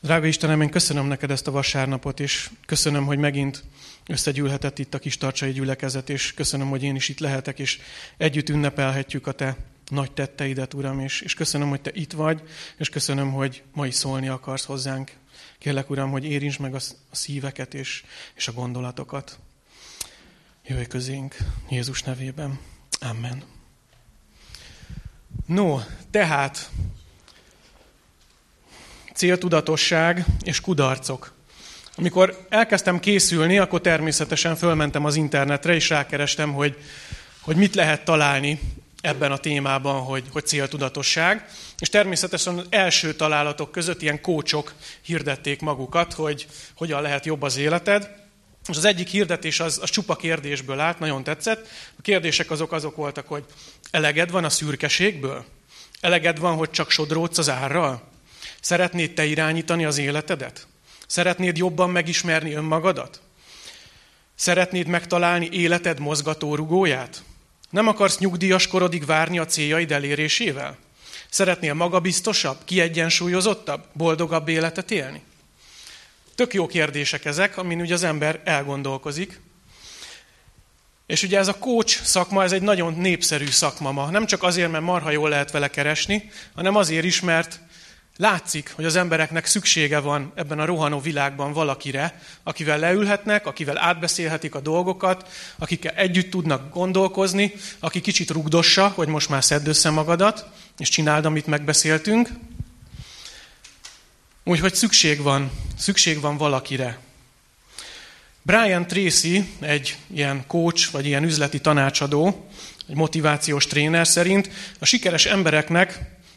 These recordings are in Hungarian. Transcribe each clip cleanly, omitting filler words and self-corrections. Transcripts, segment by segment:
Drága Istenem, én köszönöm neked ezt a vasárnapot, és köszönöm, hogy megint összegyűlhetett itt a Kistarcsai gyülekezet, és köszönöm, hogy én is itt lehetek, és együtt ünnepelhetjük a te nagy tetteidet, Uram, és köszönöm, hogy te itt vagy, és köszönöm, hogy ma is szólni akarsz hozzánk. Kérlek, Uram, hogy érintsd meg a szíveket és a gondolatokat. Jöjj közénk Jézus nevében. Amen. No, tehát céltudatosság és kudarcok. Amikor elkezdtem készülni, akkor természetesen fölmentem az internetre, és rákerestem, hogy mit lehet találni ebben a témában, hogy céltudatosság. És természetesen az első találatok között ilyen coachok hirdették magukat, hogy hogyan lehet jobb az életed. És az egyik hirdetés az csupa kérdésből állt, nagyon tetszett. A kérdések azok voltak, hogy eleged van a szürkeségből? Eleged van, hogy csak sodródsz az árral? Szeretnéd te irányítani az életedet? Szeretnéd jobban megismerni önmagadat? Szeretnéd megtalálni életed mozgatórugóját? Nem akarsz nyugdíjas korodig várni a céljaid elérésével? Szeretnél magabiztosabb, kiegyensúlyozottabb, boldogabb életet élni? Tök jó kérdések ezek, amin ugye az ember elgondolkozik. És ugye ez a coach szakma, ez egy nagyon népszerű szakma ma. Nem csak azért, mert marha jól lehet vele keresni, hanem azért is, mert látszik, hogy az embereknek szüksége van ebben a rohanó világban valakire, akivel leülhetnek, akivel átbeszélhetik a dolgokat, akikkel együtt tudnak gondolkozni, aki kicsit rugdossa, hogy most már szedd össze magadat, és csináld, amit megbeszéltünk. Úgyhogy szükség van valakire. Brian Tracy, egy ilyen coach, vagy ilyen üzleti tanácsadó, egy motivációs tréner szerint a sikeres embereknek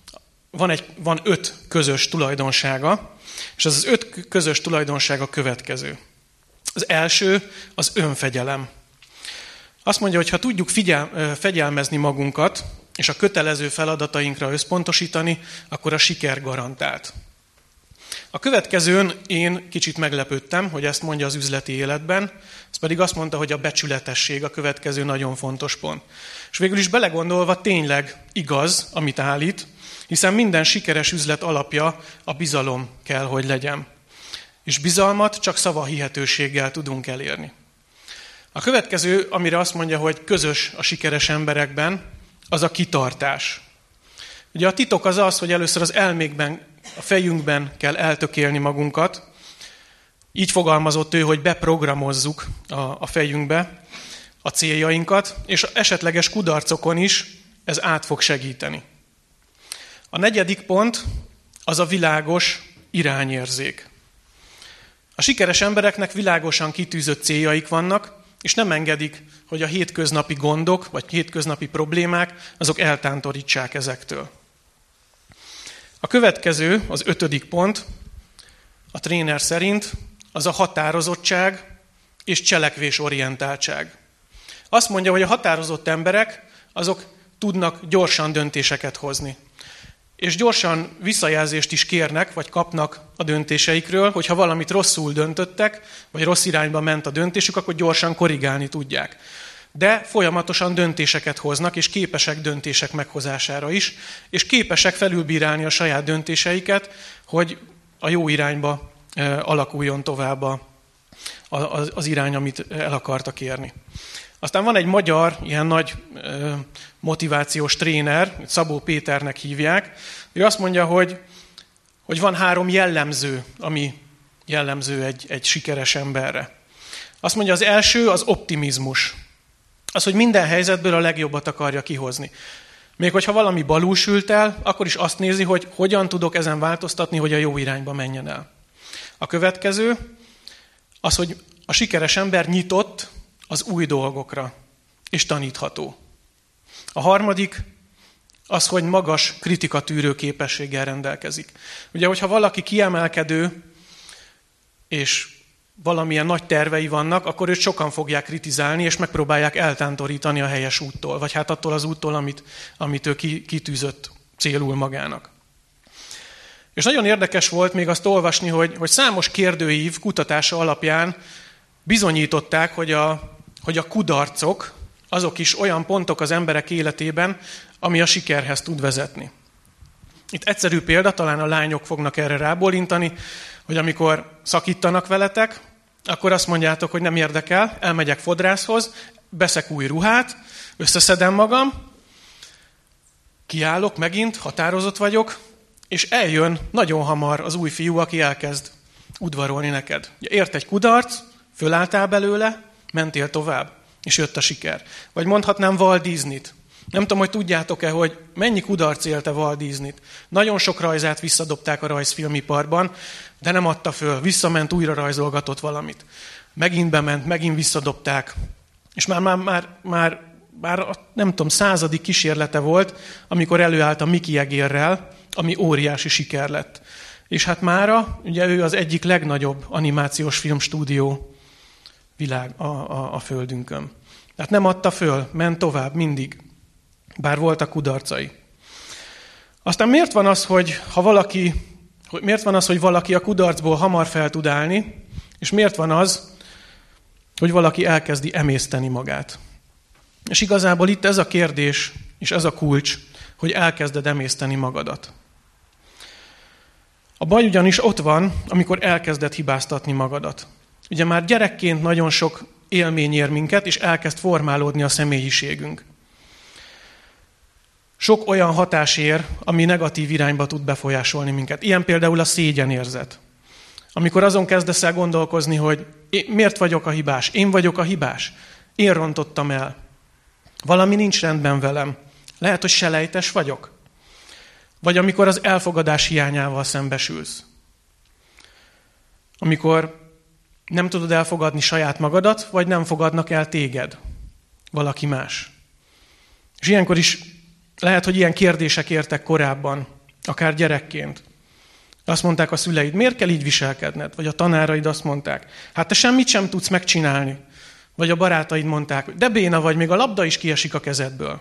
van 5 közös tulajdonsága, és az 5 közös tulajdonság a következő. Az első az önfegyelem. Azt mondja, hogy ha tudjuk fegyelmezni magunkat, és a kötelező feladatainkra összpontosítani, akkor a siker garantált. A következőn én kicsit meglepődtem, hogy ezt mondja az üzleti életben, ez pedig azt mondta, hogy a becsületesség a következő nagyon fontos pont. És végül is belegondolva tényleg igaz, amit állít, hiszen minden sikeres üzlet alapja a bizalom kell, hogy legyen. És bizalmat csak szavahihetőséggel tudunk elérni. A következő, amire azt mondja, hogy közös a sikeres emberekben, az a kitartás. Ugye a titok az az, hogy először az elmékben, a fejünkben kell eltökélni magunkat. Így fogalmazott ő, hogy beprogramozzuk a fejünkbe a céljainkat, és esetleges kudarcokon is ez át fog segíteni. A 4. pont az a világos irányérzék. A sikeres embereknek világosan kitűzött céljaik vannak, és nem engedik, hogy a hétköznapi gondok, vagy hétköznapi problémák, azok eltántorítsák ezektől. A következő, az 5. pont, a tréner szerint, az a határozottság és cselekvésorientáltság. Azt mondja, hogy a határozott emberek, azok tudnak gyorsan döntéseket hozni. És gyorsan visszajelzést is kérnek, vagy kapnak a döntéseikről, hogyha valamit rosszul döntöttek, vagy rossz irányba ment a döntésük, akkor gyorsan korrigálni tudják. De folyamatosan döntéseket hoznak, és képesek döntések meghozására is, és képesek felülbírálni a saját döntéseiket, hogy a jó irányba alakuljon tovább az irány, amit el akartak érni. Aztán van egy magyar, ilyen nagy motivációs tréner, Szabó Péternek hívják. Ő azt mondja, hogy van 3 jellemző, ami jellemző egy sikeres emberre. Azt mondja, az első az optimizmus. Az, hogy minden helyzetből a legjobbat akarja kihozni. Még hogyha valami balul sült el, akkor is azt nézi, hogy hogyan tudok ezen változtatni, hogy a jó irányba menjen el. A következő az, hogy a sikeres ember nyitott az új dolgokra, és tanítható. A 3. az, hogy magas kritikatűrő képességgel rendelkezik. Ugye, hogyha valaki kiemelkedő, és valamilyen nagy tervei vannak, akkor őt sokan fogják kritizálni, és megpróbálják eltántorítani a helyes úttól, vagy hát attól az úttól, amit ő kitűzött célul magának. És nagyon érdekes volt még azt olvasni, hogy számos kérdőív kutatása alapján bizonyították, hogy a kudarcok, azok is olyan pontok az emberek életében, ami a sikerhez tud vezetni. Itt egyszerű példa, talán a lányok fognak erre rábólintani, hogy amikor szakítanak veletek, akkor azt mondjátok, hogy nem érdekel, elmegyek fodrászhoz, veszek új ruhát, összeszedem magam, kiállok megint, határozott vagyok, és eljön nagyon hamar az új fiú, aki elkezd udvarolni neked. Ért egy kudarc, fölálltál belőle, mentél tovább, és jött a siker. Vagy mondhatnám Walt Disneyt. Nem tudom, hogy tudjátok-e, hogy mennyi kudarc élte Walt Disneyt. Nagyon sok rajzát visszadobták a rajzfilmiparban, de nem adta föl, visszament, újra rajzolgatott valamit. Megint bement, megint visszadobták. És már nem tudom, 100. kísérlete volt, amikor előállt a Mickey egérrel, ami óriási siker lett. És hát mára, ugye ő az egyik legnagyobb animációs filmstúdió a földünkön. Tehát nem adta föl, ment tovább mindig, bár voltak kudarcai. Aztán miért van az, hogy valaki a kudarcból hamar fel tud állni, és miért van az, hogy valaki elkezdi emészteni magát? És igazából itt ez a kérdés, és ez a kulcs, hogy elkezded emészteni magadat. A baj ugyanis ott van, amikor elkezded hibáztatni magadat. Ugye már gyerekként nagyon sok élmény ér minket, és elkezd formálódni a személyiségünk. Sok olyan hatás ér, ami negatív irányba tud befolyásolni minket. Ilyen például a szégyenérzet. Amikor azon kezdesz el gondolkozni, hogy miért vagyok a hibás? Én vagyok a hibás. Én rontottam el. Valami nincs rendben velem. Lehet, hogy selejtes vagyok. Vagy amikor az elfogadás hiányával szembesülsz. Amikor nem tudod elfogadni saját magadat, vagy nem fogadnak el téged. Valaki más. És ilyenkor is lehet, hogy ilyen kérdések értek korábban, akár gyerekként. Azt mondták a szüleid, miért kell így viselkedned? Vagy a tanáraid azt mondták, hát te semmit sem tudsz megcsinálni. Vagy a barátaid mondták, de béna vagy, még a labda is kiesik a kezedből.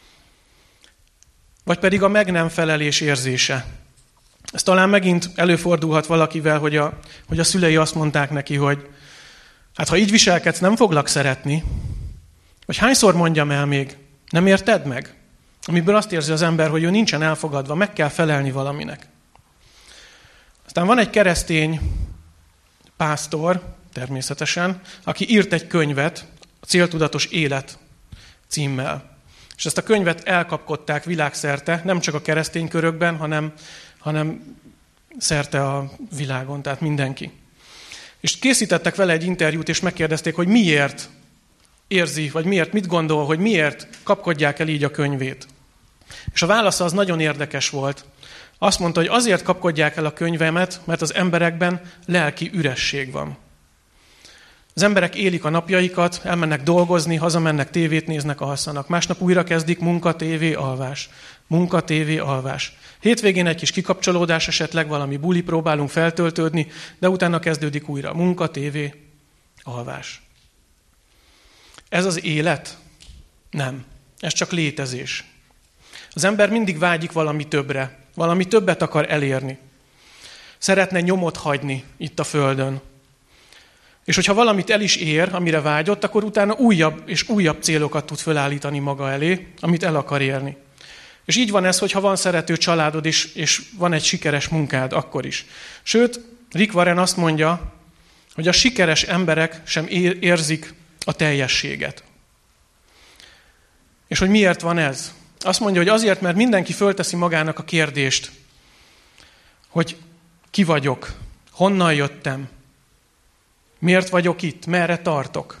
Vagy pedig a meg nem felelés érzése. Ez talán megint előfordulhat valakivel, hogy a szülei azt mondták neki, hogy hát ha így viselkedsz, nem foglak szeretni. Vagy hányszor mondjam el még, nem érted meg? Amiből azt érzi az ember, hogy ő nincsen elfogadva, meg kell felelni valaminek. Aztán van egy keresztény pásztor, természetesen, aki írt egy könyvet, a Céltudatos élet címmel. És ezt a könyvet elkapkodták világszerte, nem csak a keresztény körökben, hanem szerte a világon, tehát mindenki. És készítettek vele egy interjút, és megkérdezték, hogy miért érzi, vagy mit gondol, hogy miért kapkodják el így a könyvét. És a válasza az nagyon érdekes volt. Azt mondta, hogy azért kapkodják el a könyvemet, mert az emberekben lelki üresség van. Az emberek élik a napjaikat, elmennek dolgozni, hazamennek, tévét néznek, alszanak. Másnap újra kezdik munka, tévé, alvás. Munka, tévé, alvás. Hétvégén egy kis kikapcsolódás, esetleg valami buli, próbálunk feltöltődni, de utána kezdődik újra. Munka, tévé, alvás. Ez az élet? Nem. Ez csak létezés. Az ember mindig vágyik valami többre. Valami többet akar elérni. Szeretne nyomot hagyni itt a földön. És hogyha valamit el is ér, amire vágyott, akkor utána újabb és újabb célokat tud felállítani maga elé, amit el akar érni. És így van ez, hogyha van szerető családod és van egy sikeres munkád, akkor is. Sőt, Rick Warren azt mondja, hogy a sikeres emberek sem érzik a teljességet. És hogy miért van ez? Azt mondja, hogy azért, mert mindenki fölteszi magának a kérdést, hogy ki vagyok, honnan jöttem, miért vagyok itt, merre tartok.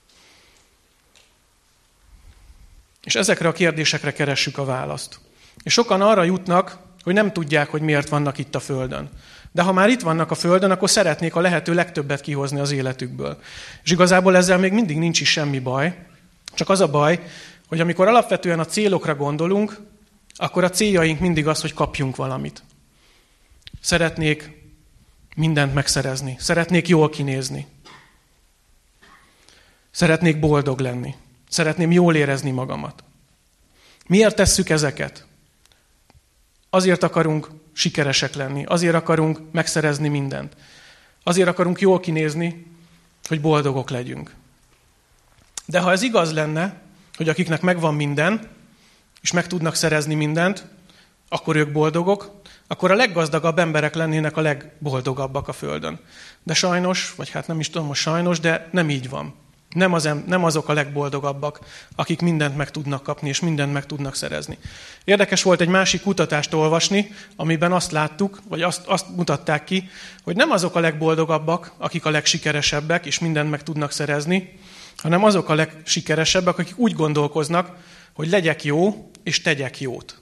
És ezekre a kérdésekre keressük a választ. És sokan arra jutnak, hogy nem tudják, hogy miért vannak itt a Földön. De ha már itt vannak a Földön, akkor szeretnék a lehető legtöbbet kihozni az életükből. És igazából ezzel még mindig nincs is semmi baj. Csak az a baj, hogy amikor alapvetően a célokra gondolunk, akkor a céljaink mindig az, hogy kapjunk valamit. Szeretnék mindent megszerezni. Szeretnék jól kinézni. Szeretnék boldog lenni. Szeretném jól érezni magamat. Miért tesszük ezeket? Azért akarunk sikeresek lenni. Azért akarunk megszerezni mindent. Azért akarunk jól kinézni, hogy boldogok legyünk. De ha ez igaz lenne, hogy akiknek megvan minden, és meg tudnak szerezni mindent, akkor ők boldogok, akkor a leggazdagabb emberek lennének a legboldogabbak a Földön. De sajnos, vagy hát nem is tudom, hogy sajnos, de nem így van. Nem azok a legboldogabbak, akik mindent meg tudnak kapni, és mindent meg tudnak szerezni. Érdekes volt egy másik kutatást olvasni, amiben azt láttuk, vagy azt mutatták ki, hogy nem azok a legboldogabbak, akik a legsikeresebbek, és mindent meg tudnak szerezni, hanem azok a legsikeresebbek, akik úgy gondolkoznak, hogy legyek jó, és tegyek jót.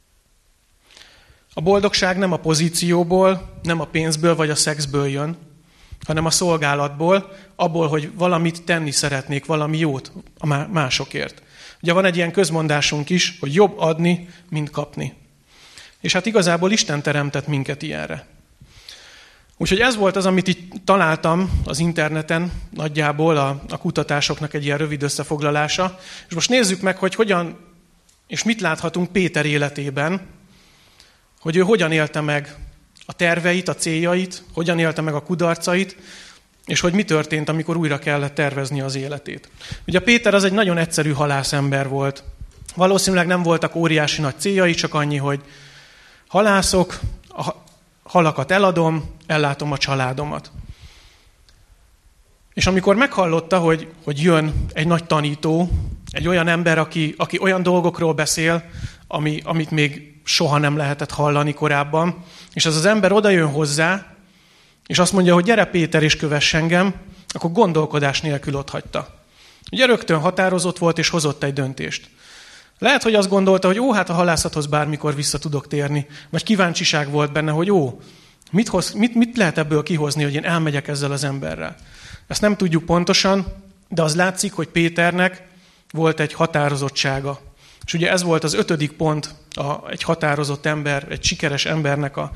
A boldogság nem a pozícióból, nem a pénzből vagy a szexből jön, hanem a szolgálatból, abból, hogy valamit tenni szeretnék, valami jót a másokért. Ugye van egy ilyen közmondásunk is, hogy jobb adni, mint kapni. És hát igazából Isten teremtett minket ilyenre. Úgyhogy ez volt az, amit itt találtam az interneten, nagyjából a kutatásoknak egy ilyen rövid összefoglalása. És most nézzük meg, hogy hogyan és mit láthatunk Péter életében, hogy ő hogyan élte meg a terveit, a céljait, hogyan élte meg a kudarcait, és hogy mi történt, amikor újra kellett tervezni az életét. Ugye Péter az egy nagyon egyszerű halászember volt. Valószínűleg nem voltak óriási nagy céljai, csak annyi, hogy halászok, a halakat eladom, ellátom a családomat. És amikor meghallotta, hogy jön egy nagy tanító, egy olyan ember, aki olyan dolgokról beszél, amit még soha nem lehetett hallani korábban, és az ember odajön hozzá, és azt mondja, hogy gyere Péter, és kövess engem, akkor gondolkodás nélkül otthagyta. Ugye rögtön határozott volt, és hozott egy döntést. Lehet, hogy azt gondolta, hogy hát a halászathoz bármikor vissza tudok térni, vagy kíváncsiság volt benne, hogy mit lehet ebből kihozni, hogy én elmegyek ezzel az emberrel. Ezt nem tudjuk pontosan, de az látszik, hogy Péternek volt egy határozottsága. És ugye ez volt az 5. pont egy határozott ember, egy sikeres embernek a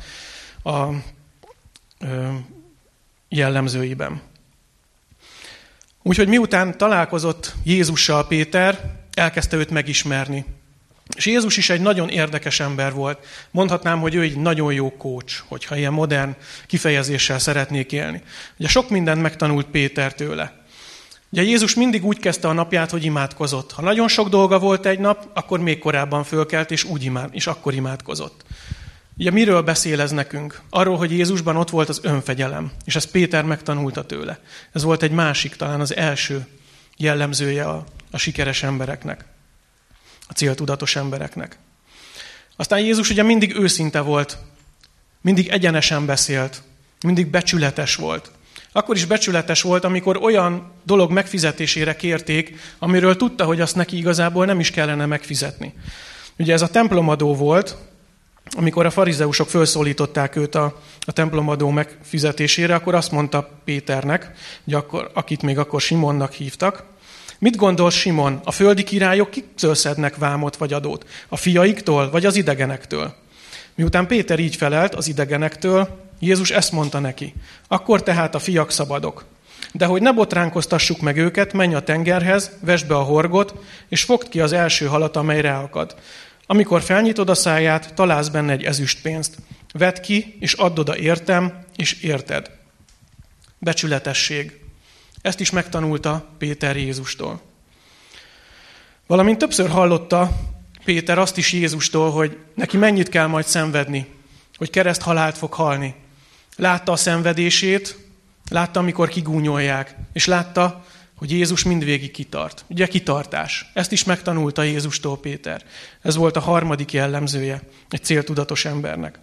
jellemzőiben. Úgyhogy miután találkozott Jézussal Péter, elkezdte őt megismerni. És Jézus is egy nagyon érdekes ember volt. Mondhatnám, hogy ő egy nagyon jó coach, hogyha ilyen modern kifejezéssel szeretnék élni. Ugye sok mindent megtanult Péter tőle. Ugye Jézus mindig úgy kezdte a napját, hogy imádkozott. Ha nagyon sok dolga volt egy nap, akkor még korábban fölkelt, és akkor imádkozott. Ugye miről beszél ez nekünk? Arról, hogy Jézusban ott volt az önfegyelem, és ezt Péter megtanulta tőle. Ez volt egy másik, talán az első jellemzője a sikeres embereknek, a céltudatos embereknek. Aztán Jézus ugye mindig őszinte volt, mindig egyenesen beszélt, mindig becsületes volt. Akkor is becsületes volt, amikor olyan dolog megfizetésére kérték, amiről tudta, hogy azt neki igazából nem is kellene megfizetni. Ugye ez a templomadó volt, amikor a farizeusok felszólították őt a templomadó megfizetésére, akkor azt mondta Péternek, hogy akit még akkor Simonnak hívtak, mit gondol Simon, a földi királyok kiktől szednek vámot vagy adót? A fiaiktól vagy az idegenektől? Miután Péter így felelt, az idegenektől, Jézus ezt mondta neki, akkor tehát a fiak szabadok. De hogy ne botránkoztassuk meg őket, menj a tengerhez, vesd be a horgot, és fogd ki az első halat, amely ráakad. Amikor felnyitod a száját, találsz benne egy ezüstpénzt. Vedd ki, és add oda értem, és érted. Becsületesség. Ezt is megtanulta Péter Jézustól. Valamint többször hallotta Péter azt is Jézustól, hogy neki mennyit kell majd szenvedni, hogy kereszthalált fog halni. Látta a szenvedését, látta, amikor kigúnyolják, és látta, hogy Jézus mindvégig kitart. Ugye kitartás. Ezt is megtanulta Jézustól Péter. Ez volt a 3. jellemzője egy céltudatos embernek.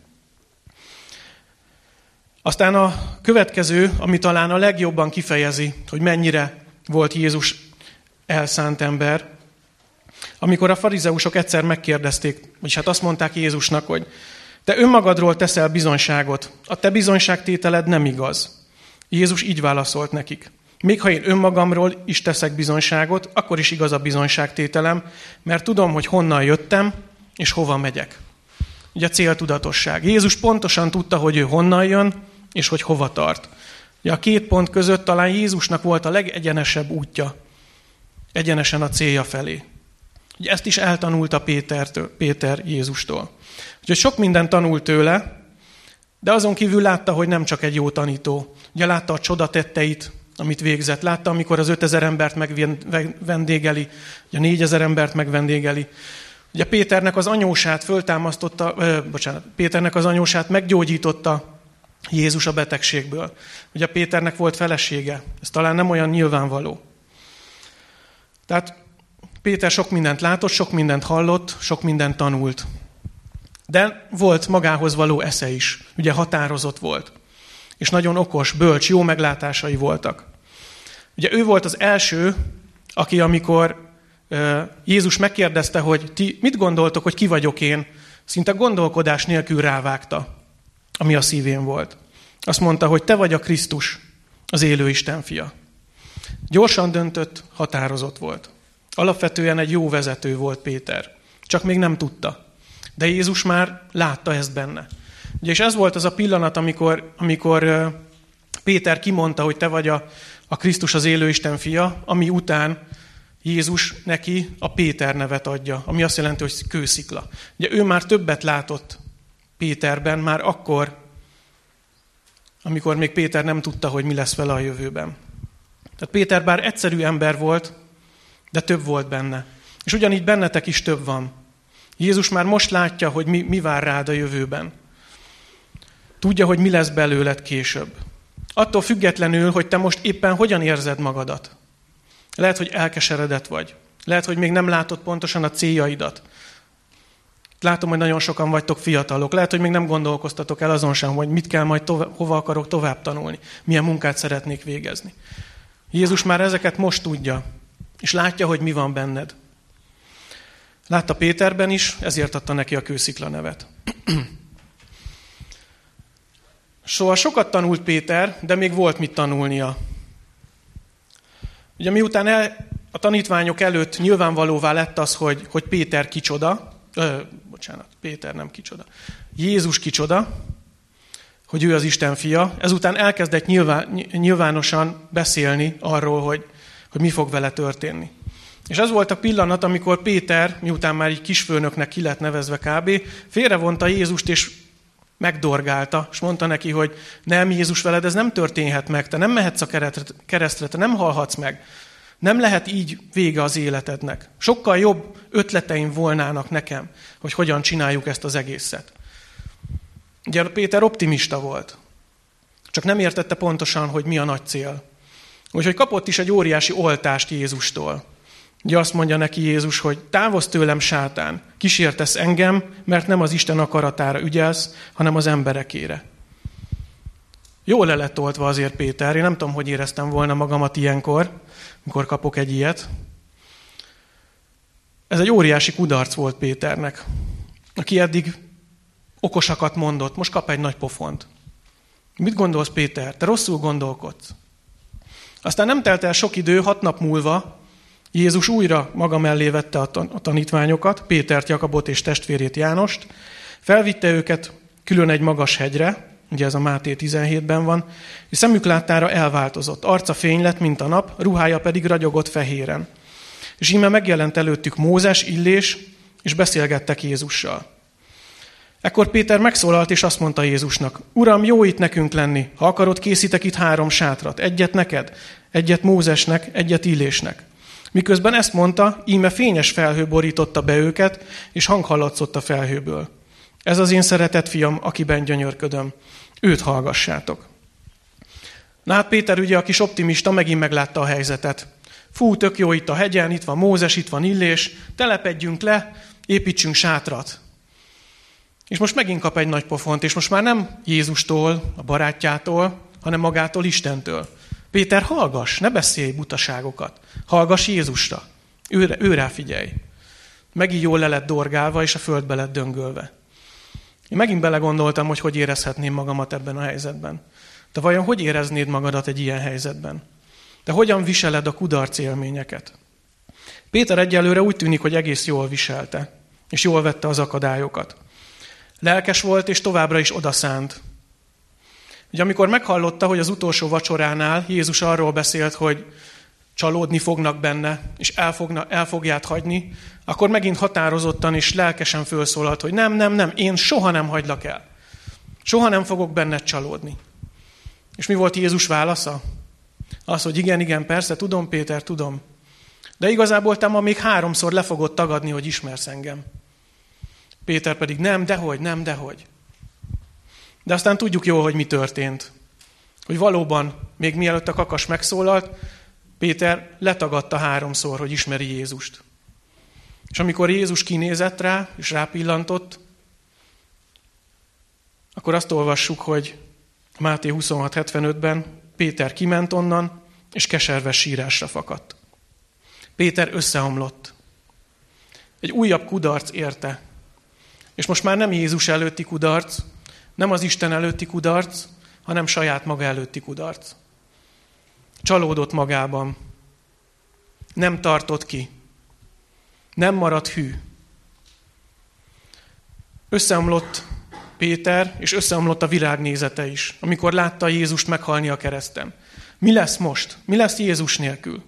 Aztán a következő, ami talán a legjobban kifejezi, hogy mennyire volt Jézus elszánt ember, amikor a farizeusok egyszer megkérdezték, vagyis hát azt mondták Jézusnak, hogy te önmagadról teszel bizonyságot, a te bizonyságtételed nem igaz. Jézus így válaszolt nekik. Még ha én önmagamról is teszek bizonyságot, akkor is igaz a bizonyságtételem, mert tudom, hogy honnan jöttem, és hova megyek. Ugye a céltudatosság. Jézus pontosan tudta, hogy ő honnan jön, és hogy hova tart. Ugye a 2 pont között talán Jézusnak volt a legegyenesebb útja, egyenesen a célja felé. Ugye ezt is eltanulta Péter Jézustól. Úgyhogy sok mindent tanult tőle, de azon kívül látta, hogy nem csak egy jó tanító. Ugye látta a csodatetteit, amit végzett. Látta, amikor az 5000 embert megvendégeli, a 4000 embert megvendégeli, Ugye Péternek az anyósát Péternek az anyósát meggyógyította Jézus a betegségből. Ugye Péternek volt felesége, ez talán nem olyan nyilvánvaló. Tehát Péter sok mindent látott, sok mindent hallott, sok mindent tanult. De volt magához való esze is, ugye határozott volt. És nagyon okos, bölcs, jó meglátásai voltak. Ugye ő volt az első, aki amikor Jézus megkérdezte, hogy ti mit gondoltok, hogy ki vagyok én, szinte gondolkodás nélkül rávágta, ami a szívén volt. Azt mondta, hogy te vagy a Krisztus, az élő Isten fia. Gyorsan döntött, határozott volt. Alapvetően egy jó vezető volt Péter, csak még nem tudta. De Jézus már látta ezt benne. Ugye, és ez volt az a pillanat, amikor Péter kimondta, hogy te vagy a Krisztus, az élő Isten fia, ami után Jézus neki a Péter nevet adja, ami azt jelenti, hogy kőszikla. Ugye ő már többet látott Péterben, már akkor, amikor még Péter nem tudta, hogy mi lesz vele a jövőben. Tehát Péter bár egyszerű ember volt, de több volt benne. És ugyanígy bennetek is több van. Jézus már most látja, hogy mi vár rád a jövőben. Tudja, hogy mi lesz belőled később. Attól függetlenül, hogy te most éppen hogyan érzed magadat. Lehet, hogy elkeseredett vagy. Lehet, hogy még nem látod pontosan a céljaidat. Látom, hogy nagyon sokan vagytok fiatalok. Lehet, hogy még nem gondolkoztatok el azon sem, hogy mit kell majd hova akarok tovább tanulni. Milyen munkát szeretnék végezni. Jézus már ezeket most tudja. És látja, hogy mi van benned. Látta Péterben is, ezért adta neki a kőszikla nevet. Szóval sokat tanult Péter, de még volt mit tanulnia. Ugye miután a tanítványok előtt nyilvánvalóvá lett az, hogy Péter kicsoda, Péter nem kicsoda, Jézus kicsoda, hogy ő az Isten fia, ezután elkezdett nyilvánosan beszélni arról, hogy mi fog vele történni. És ez volt a pillanat, amikor Péter, miután már így kisfőnöknek ki lett nevezve kb., félrevonta Jézust, és megdorgálta, és mondta neki, hogy nem, Jézus, veled ez nem történhet meg, te nem mehetsz a keresztre, te nem halhatsz meg. Nem lehet így vége az életednek. Sokkal jobb ötleteim volnának nekem, hogy hogyan csináljuk ezt az egészet. Ugye Péter optimista volt, csak nem értette pontosan, hogy mi a nagy cél. Úgyhogy kapott is egy óriási oltást Jézustól. Ugye azt mondja neki Jézus, hogy távozz tőlem, sátán, kísértesz engem, mert nem az Isten akaratára ügyelsz, hanem az emberekére. Jól le lett oltva azért Péter, én nem tudom, hogy éreztem volna magamat ilyenkor, mikor kapok egy ilyet. Ez egy óriási kudarc volt Péternek, aki eddig okosakat mondott, most kap egy nagy pofont. Mit gondolsz, Péter? Te rosszul gondolkodsz. Aztán nem telt el sok idő, 6 nap múlva Jézus újra maga mellé vette a tanítványokat, Pétert, Jakabot és testvérét Jánost, felvitte őket külön egy magas hegyre, ugye ez a Máté 17-ben van, és szemük láttára elváltozott. Arca fény lett, mint a nap, ruhája pedig ragyogott fehéren. És íme megjelent előttük Mózes, Illés, és beszélgettek Jézussal. Ekkor Péter megszólalt, és azt mondta Jézusnak, Uram, jó itt nekünk lenni, ha akarod, készítek itt 3 sátrat, egyet neked, egyet Mózesnek, egyet Illésnek. Miközben ezt mondta, íme fényes felhő borította be őket, és hang hallatszott a felhőből. Ez az én szeretett fiam, akiben gyönyörködöm. Őt hallgassátok. Na hát Péter ugye a kis optimista megint meglátta a helyzetet. Fú, tök jó itt a hegyen, itt van Mózes, itt van Illés, telepedjünk le, építsünk sátrat. És most megint kap egy nagy pofont, és most már nem Jézustól, a barátjától, hanem magától, Istentől. Péter, hallgass, ne beszélj butaságokat. Hallgass Jézusra. Őrá figyelj. Megint jól le lett dorgálva, és a földbe lett döngölve. Én megint belegondoltam, hogy érezhetném magamat ebben a helyzetben. De vajon hogy éreznéd magadat egy ilyen helyzetben? De hogyan viseled a kudarc élményeket? Péter egyelőre úgy tűnik, hogy egész jól viselte, és jól vette az akadályokat. Lelkes volt, és továbbra is odaszánt. Ugye amikor meghallotta, hogy az utolsó vacsoránál Jézus arról beszélt, hogy csalódni fognak benne, és el fogját hagyni, akkor megint határozottan és lelkesen felszólalt, hogy nem, én soha nem hagylak el. Soha nem fogok benned csalódni. És mi volt Jézus válasza? Az, hogy igen, persze, tudom, Péter, tudom. De igazából te ma még 3-szor le fogod tagadni, hogy ismersz engem. Péter pedig nem, dehogy. De aztán tudjuk jól, hogy mi történt. Hogy valóban, még mielőtt a kakas megszólalt, Péter letagadta 3-szor, hogy ismeri Jézust. És amikor Jézus kinézett rá, és rápillantott, akkor azt olvassuk, hogy Máté 26:75-ben Péter kiment onnan, és keserves sírásra fakadt. Péter összeomlott. Egy újabb kudarc érte. És most már nem Jézus előtti kudarc, nem az Isten előtti kudarc, hanem saját maga előtti kudarc. Csalódott magában. Nem tartott ki. Nem maradt hű. Összeomlott Péter, és összeomlott a világnézete is, amikor látta Jézust meghalni a kereszten. Mi lesz most? Mi lesz Jézus nélkül?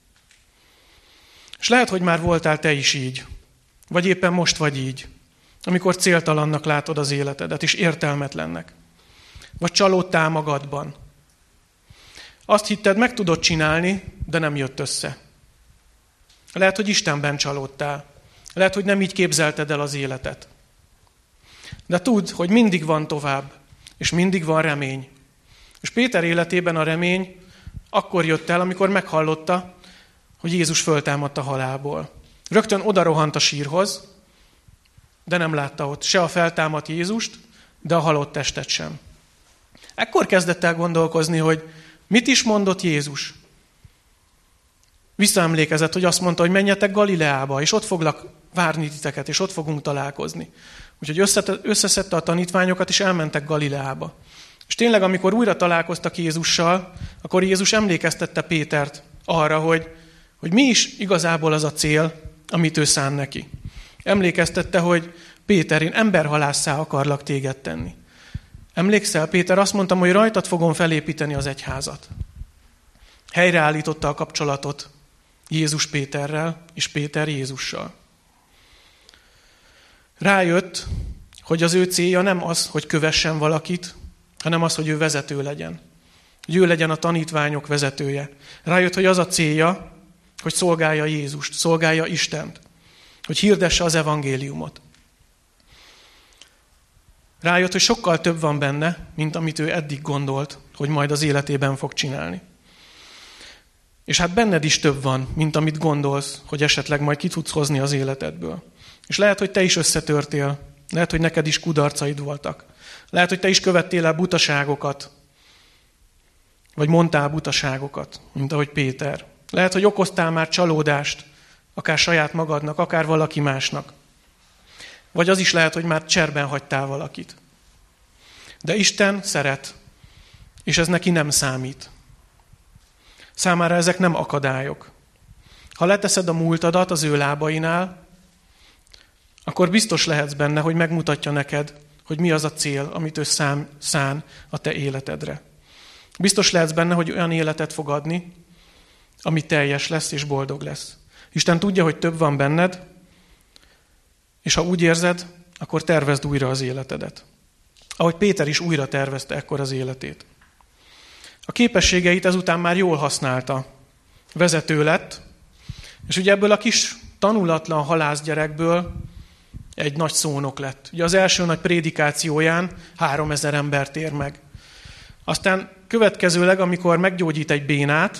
És lehet, hogy már voltál te is így, vagy éppen most vagy így, amikor céltalannak látod az életedet, és értelmetlennek. Vagy csalódtál magadban. Azt hitted, meg tudod csinálni, de nem jött össze. Lehet, hogy Istenben csalódtál. Lehet, hogy nem így képzelted el az életet. De tudd, hogy mindig van tovább, és mindig van remény. És Péter életében a remény akkor jött el, amikor meghallotta, hogy Jézus föltámadt a halálból. Rögtön odarohant a sírhoz, de nem látta ott se a feltámadt Jézust, de a halott testet sem. Ekkor kezdett el gondolkozni, hogy mit is mondott Jézus. Visszaemlékezett, hogy azt mondta, hogy menjetek Galileába, és ott foglak várni titeket, és ott fogunk találkozni. Úgyhogy összeszedte a tanítványokat, és elmentek Galileába. És tényleg, amikor újra találkoztak Jézussal, akkor Jézus emlékeztette Pétert arra, hogy mi is igazából az a cél, amit ő szán neki. Emlékeztette, hogy Péter, én emberhalásszá akarlak téged tenni. Emlékszel, Péter, azt mondtam, hogy rajtad fogom felépíteni az egyházat. Helyreállította a kapcsolatot Jézus Péterrel, és Péter Jézussal. Rájött, hogy az ő célja nem az, hogy kövessen valakit, hanem az, hogy ő vezető legyen. Hogy ő legyen a tanítványok vezetője. Rájött, hogy az a célja, hogy szolgálja Jézust, szolgálja Istent. Hogy hirdesse az evangéliumot. Rájött, hogy sokkal több van benne, mint amit ő eddig gondolt, hogy majd az életében fog csinálni. És hát benned is több van, mint amit gondolsz, hogy esetleg majd ki tudsz hozni az életedből. És lehet, hogy te is összetörtél, lehet, hogy neked is kudarcaid voltak. Lehet, hogy te is követtél el butaságokat, vagy mondtál butaságokat, mint ahogy Péter. Lehet, hogy okoztál már csalódást, akár saját magadnak, akár valaki másnak. Vagy az is lehet, hogy már cserben hagytál valakit. De Isten szeret, és ez neki nem számít. Számára ezek nem akadályok. Ha leteszed a múltadat az ő lábainál, akkor biztos lehetsz benne, hogy megmutatja neked, hogy mi az a cél, amit ő szán a te életedre. Biztos lehetsz benne, hogy olyan életet fog adni, ami teljes lesz és boldog lesz. Isten tudja, hogy több van benned, és ha úgy érzed, akkor tervezd újra az életedet. Ahogy Péter is újra tervezte ekkor az életét. A képességeit ezután már jól használta. Vezető lett, és ugye ebből a kis tanulatlan halászgyerekből egy nagy szónok lett. Ugye az első nagy prédikációján 3000 ember tér meg. Aztán következőleg, amikor meggyógyít egy bénát,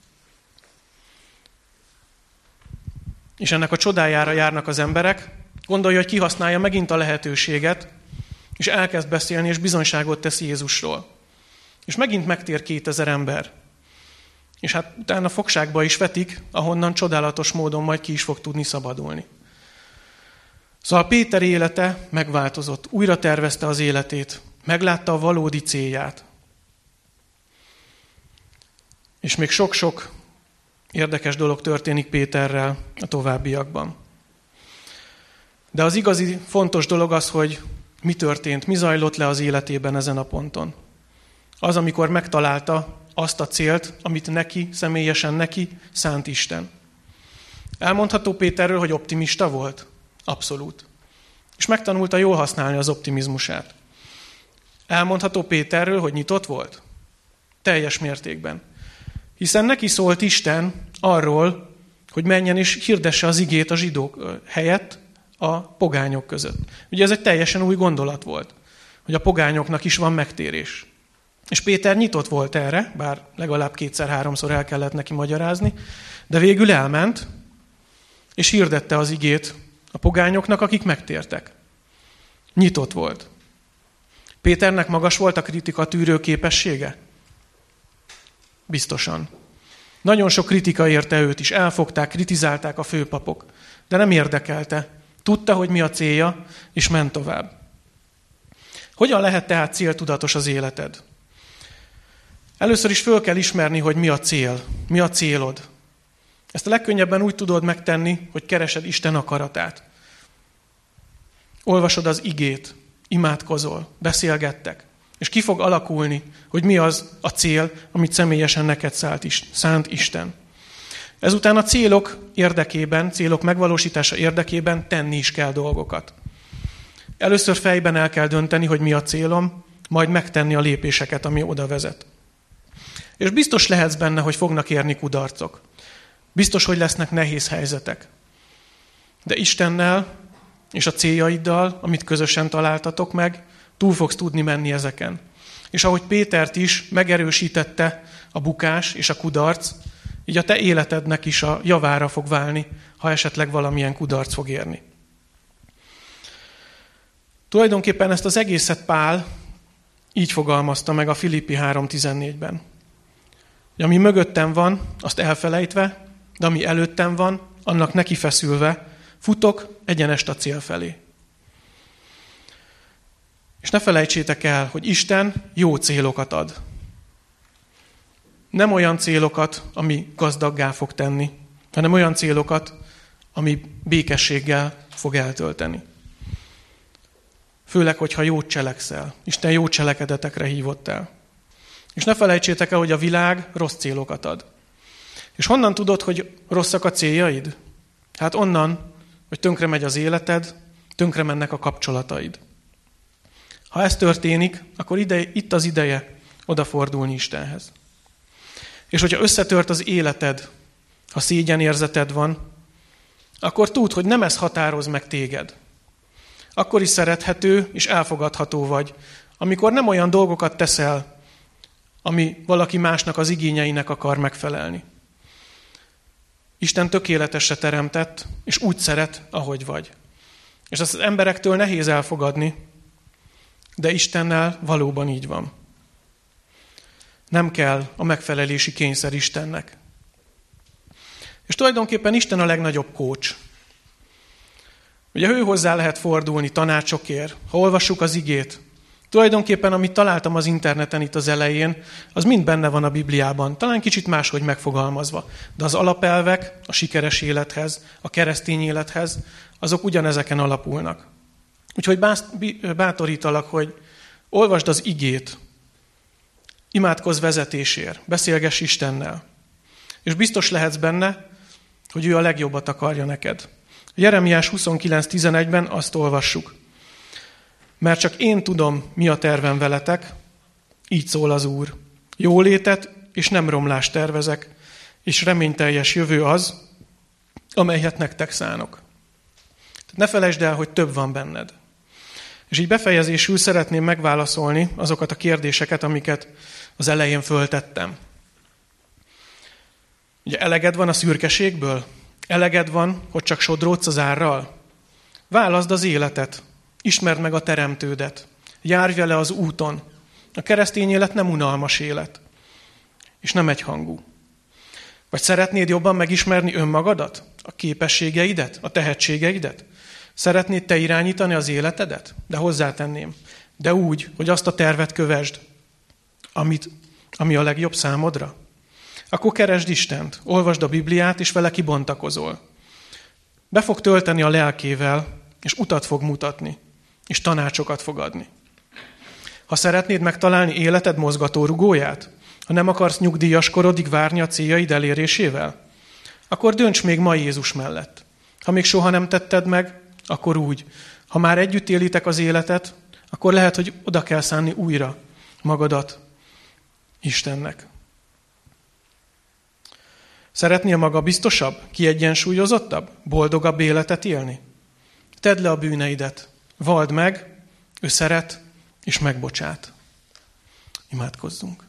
és ennek a csodájára járnak az emberek, gondolja, hogy kihasználja megint a lehetőséget, és elkezd beszélni, és bizonyságot tesz Jézusról. És megint megtér 2000 ember. És hát utána fogságba is vetik, ahonnan csodálatos módon majd ki is fog tudni szabadulni. Szóval Péter élete megváltozott, újra tervezte az életét, meglátta a valódi célját. És még sok-sok érdekes dolog történik Péterrel a továbbiakban. De az igazi fontos dolog az, hogy mi történt, mi zajlott le az életében ezen a ponton. Az, amikor megtalálta azt a célt, amit neki, személyesen neki szánt Isten. Elmondható Péterről, hogy optimista volt? Abszolút. És megtanulta jól használni az optimizmusát. Elmondható Péterről, hogy nyitott volt? Teljes mértékben. Hiszen neki szólt Isten arról, hogy menjen és hirdesse az igét a zsidók helyett a pogányok között. Ugye ez egy teljesen új gondolat volt, hogy a pogányoknak is van megtérés. És Péter nyitott volt erre, bár legalább 2-3-szor el kellett neki magyarázni, de végül elment, és hirdette az igét a pogányoknak, akik megtértek. Nyitott volt. Péternek magas volt a kritika tűrő képessége? Biztosan. Nagyon sok kritika érte őt is, elfogták, kritizálták a főpapok, de nem érdekelte. Tudta, hogy mi a célja, és ment tovább. Hogyan lehet tehát céltudatos az életed? Először is föl kell ismerni, hogy mi a cél, mi a célod. Ezt a legkönnyebben úgy tudod megtenni, hogy keresed Isten akaratát. Olvasod az igét, imádkozol, beszélgettek, és ki fog alakulni, hogy mi az a cél, amit személyesen neked szánt Isten. Ezután a célok érdekében, célok megvalósítása érdekében tenni is kell dolgokat. Először fejben el kell dönteni, hogy mi a célom, majd megtenni a lépéseket, ami oda vezet. És biztos lehetsz benne, hogy fognak érni kudarcok. Biztos, hogy lesznek nehéz helyzetek. De Istennel és a céljaiddal, amit közösen találtatok meg, túl fogsz tudni menni ezeken. És ahogy Pétert is megerősítette a bukás és a kudarc, így a te életednek is a javára fog válni, ha esetleg valamilyen kudarc fog érni. Tulajdonképpen ezt az egészet Pál így fogalmazta meg a Filippi 3.14-ben. Hogy ami mögöttem van, azt elfelejtve, de ami előttem van, annak nekifeszülve, futok egyenest a cél felé. És ne felejtsétek el, hogy Isten jó célokat ad. Nem olyan célokat, ami gazdaggá fog tenni, hanem olyan célokat, ami békességgel fog eltölteni. Főleg, hogyha jót cselekszel. Isten jó cselekedetekre hívott el. És ne felejtsétek el, hogy a világ rossz célokat ad. És honnan tudod, hogy rosszak a céljaid? Hát onnan, hogy tönkre megy az életed, tönkre mennek a kapcsolataid. Ha ez történik, akkor itt az ideje odafordulni Istenhez. És hogyha összetört az életed, ha szégyenérzeted van, akkor tudd, hogy nem ez határoz meg téged. Akkor is szerethető és elfogadható vagy, amikor nem olyan dolgokat teszel, ami valaki másnak az igényeinek akar megfelelni. Isten tökéletesre teremtett, és úgy szeret, ahogy vagy. És ezt az emberektől nehéz elfogadni, de Istennel valóban így van. Nem kell a megfelelési kényszer Istennek. És tulajdonképpen Isten a legnagyobb coach. Ugye ő hozzá lehet fordulni tanácsokért, ha olvassuk az igét. Tulajdonképpen, amit találtam az interneten itt az elején, az mind benne van a Bibliában, talán kicsit máshogy megfogalmazva. De az alapelvek a sikeres élethez, a keresztény élethez, azok ugyanezeken alapulnak. Úgyhogy bátorítalak, hogy olvasd az igét, imádkozz vezetésért, beszélgess Istennel. És biztos lehetsz benne, hogy ő a legjobbat akarja neked. Jeremiás 29.11-ben azt olvassuk. Mert csak én tudom, mi a tervem veletek, így szól az Úr. Jólétet és nem romlást tervezek, és reményteljes jövő az, amelyet nektek szánok. Tehát ne felejtsd el, hogy több van benned. És így befejezésül szeretném megválaszolni azokat a kérdéseket, amiket az elején föltettem. Ugye eleged van a szürkeségből? Eleged van, hogy csak sodródsz az árral? Válaszd az életet, ismerd meg a teremtődet, járj vele az úton. A keresztény élet nem unalmas élet, és nem egyhangú. Vagy szeretnéd jobban megismerni önmagadat, a képességeidet, a tehetségeidet? Szeretnéd te irányítani az életedet? De hozzátenném. De úgy, hogy azt a tervet kövesd, ami a legjobb számodra. Akkor keresd Istent, olvasd a Bibliát, és vele kibontakozol. Be fog tölteni a lelkével, és utat fog mutatni, és tanácsokat fog adni. Ha szeretnéd megtalálni életed mozgatórugóját, ha nem akarsz nyugdíjas korodig várni a céljaid elérésével, akkor dönts még ma Jézus mellett. Ha még soha nem tetted meg, akkor úgy. Ha már együtt élitek az életet, akkor lehet, hogy oda kell szánni újra magadat Istennek. Szeretnél magabiztosabb, kiegyensúlyozottabb, boldogabb életet élni? Tedd le a bűneidet, vald meg, ő szeret és megbocsát. Imádkozzunk.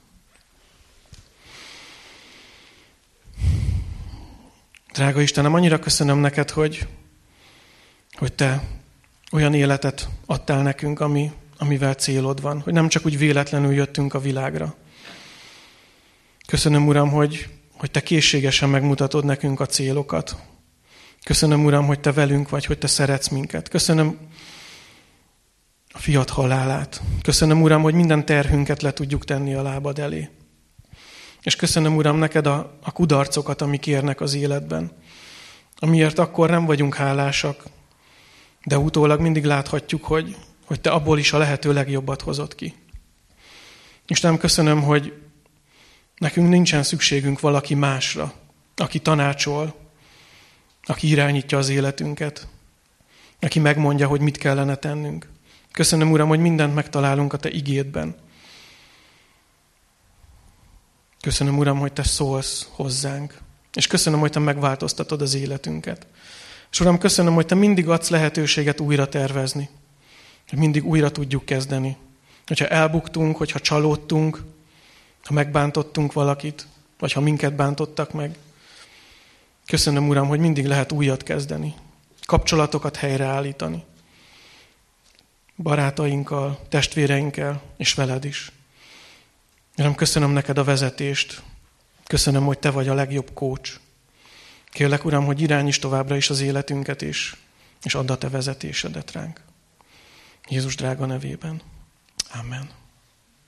Drága Istenem, annyira köszönöm neked, hogy te olyan életet adtál nekünk, amivel célod van, hogy nem csak úgy véletlenül jöttünk a világra. Köszönöm, Uram, hogy te készségesen megmutatod nekünk a célokat. Köszönöm, Uram, hogy te velünk vagy, hogy te szeretsz minket. Köszönöm a fiad halálát. Köszönöm, Uram, hogy minden terhünket le tudjuk tenni a lábad elé. És köszönöm, Uram, neked a kudarcokat, amik érnek az életben. Amiért akkor nem vagyunk hálásak, de utólag mindig láthatjuk, hogy te abból is a lehető legjobbat hozott ki. Istenem, köszönöm, hogy nekünk nincsen szükségünk valaki másra, aki tanácsol, aki irányítja az életünket, aki megmondja, hogy mit kellene tennünk. Köszönöm, Uram, hogy mindent megtalálunk a te igédben. Köszönöm, Uram, hogy te szólsz hozzánk. És köszönöm, hogy te megváltoztatod az életünket. És Uram, köszönöm, hogy te mindig adsz lehetőséget újra tervezni. Hogy mindig újra tudjuk kezdeni. Hogyha elbuktunk, hogyha csalódtunk, ha megbántottunk valakit, vagy ha minket bántottak meg. Köszönöm, Uram, hogy mindig lehet újat kezdeni. Kapcsolatokat helyreállítani. Barátainkkal, testvéreinkkel, és veled is. Uram, köszönöm neked a vezetést. Köszönöm, hogy te vagy a legjobb coach. Kérlek, Uram, hogy irányíts továbbra is az életünket, és add a te vezetésedet ránk. Jézus drága nevében. Amen.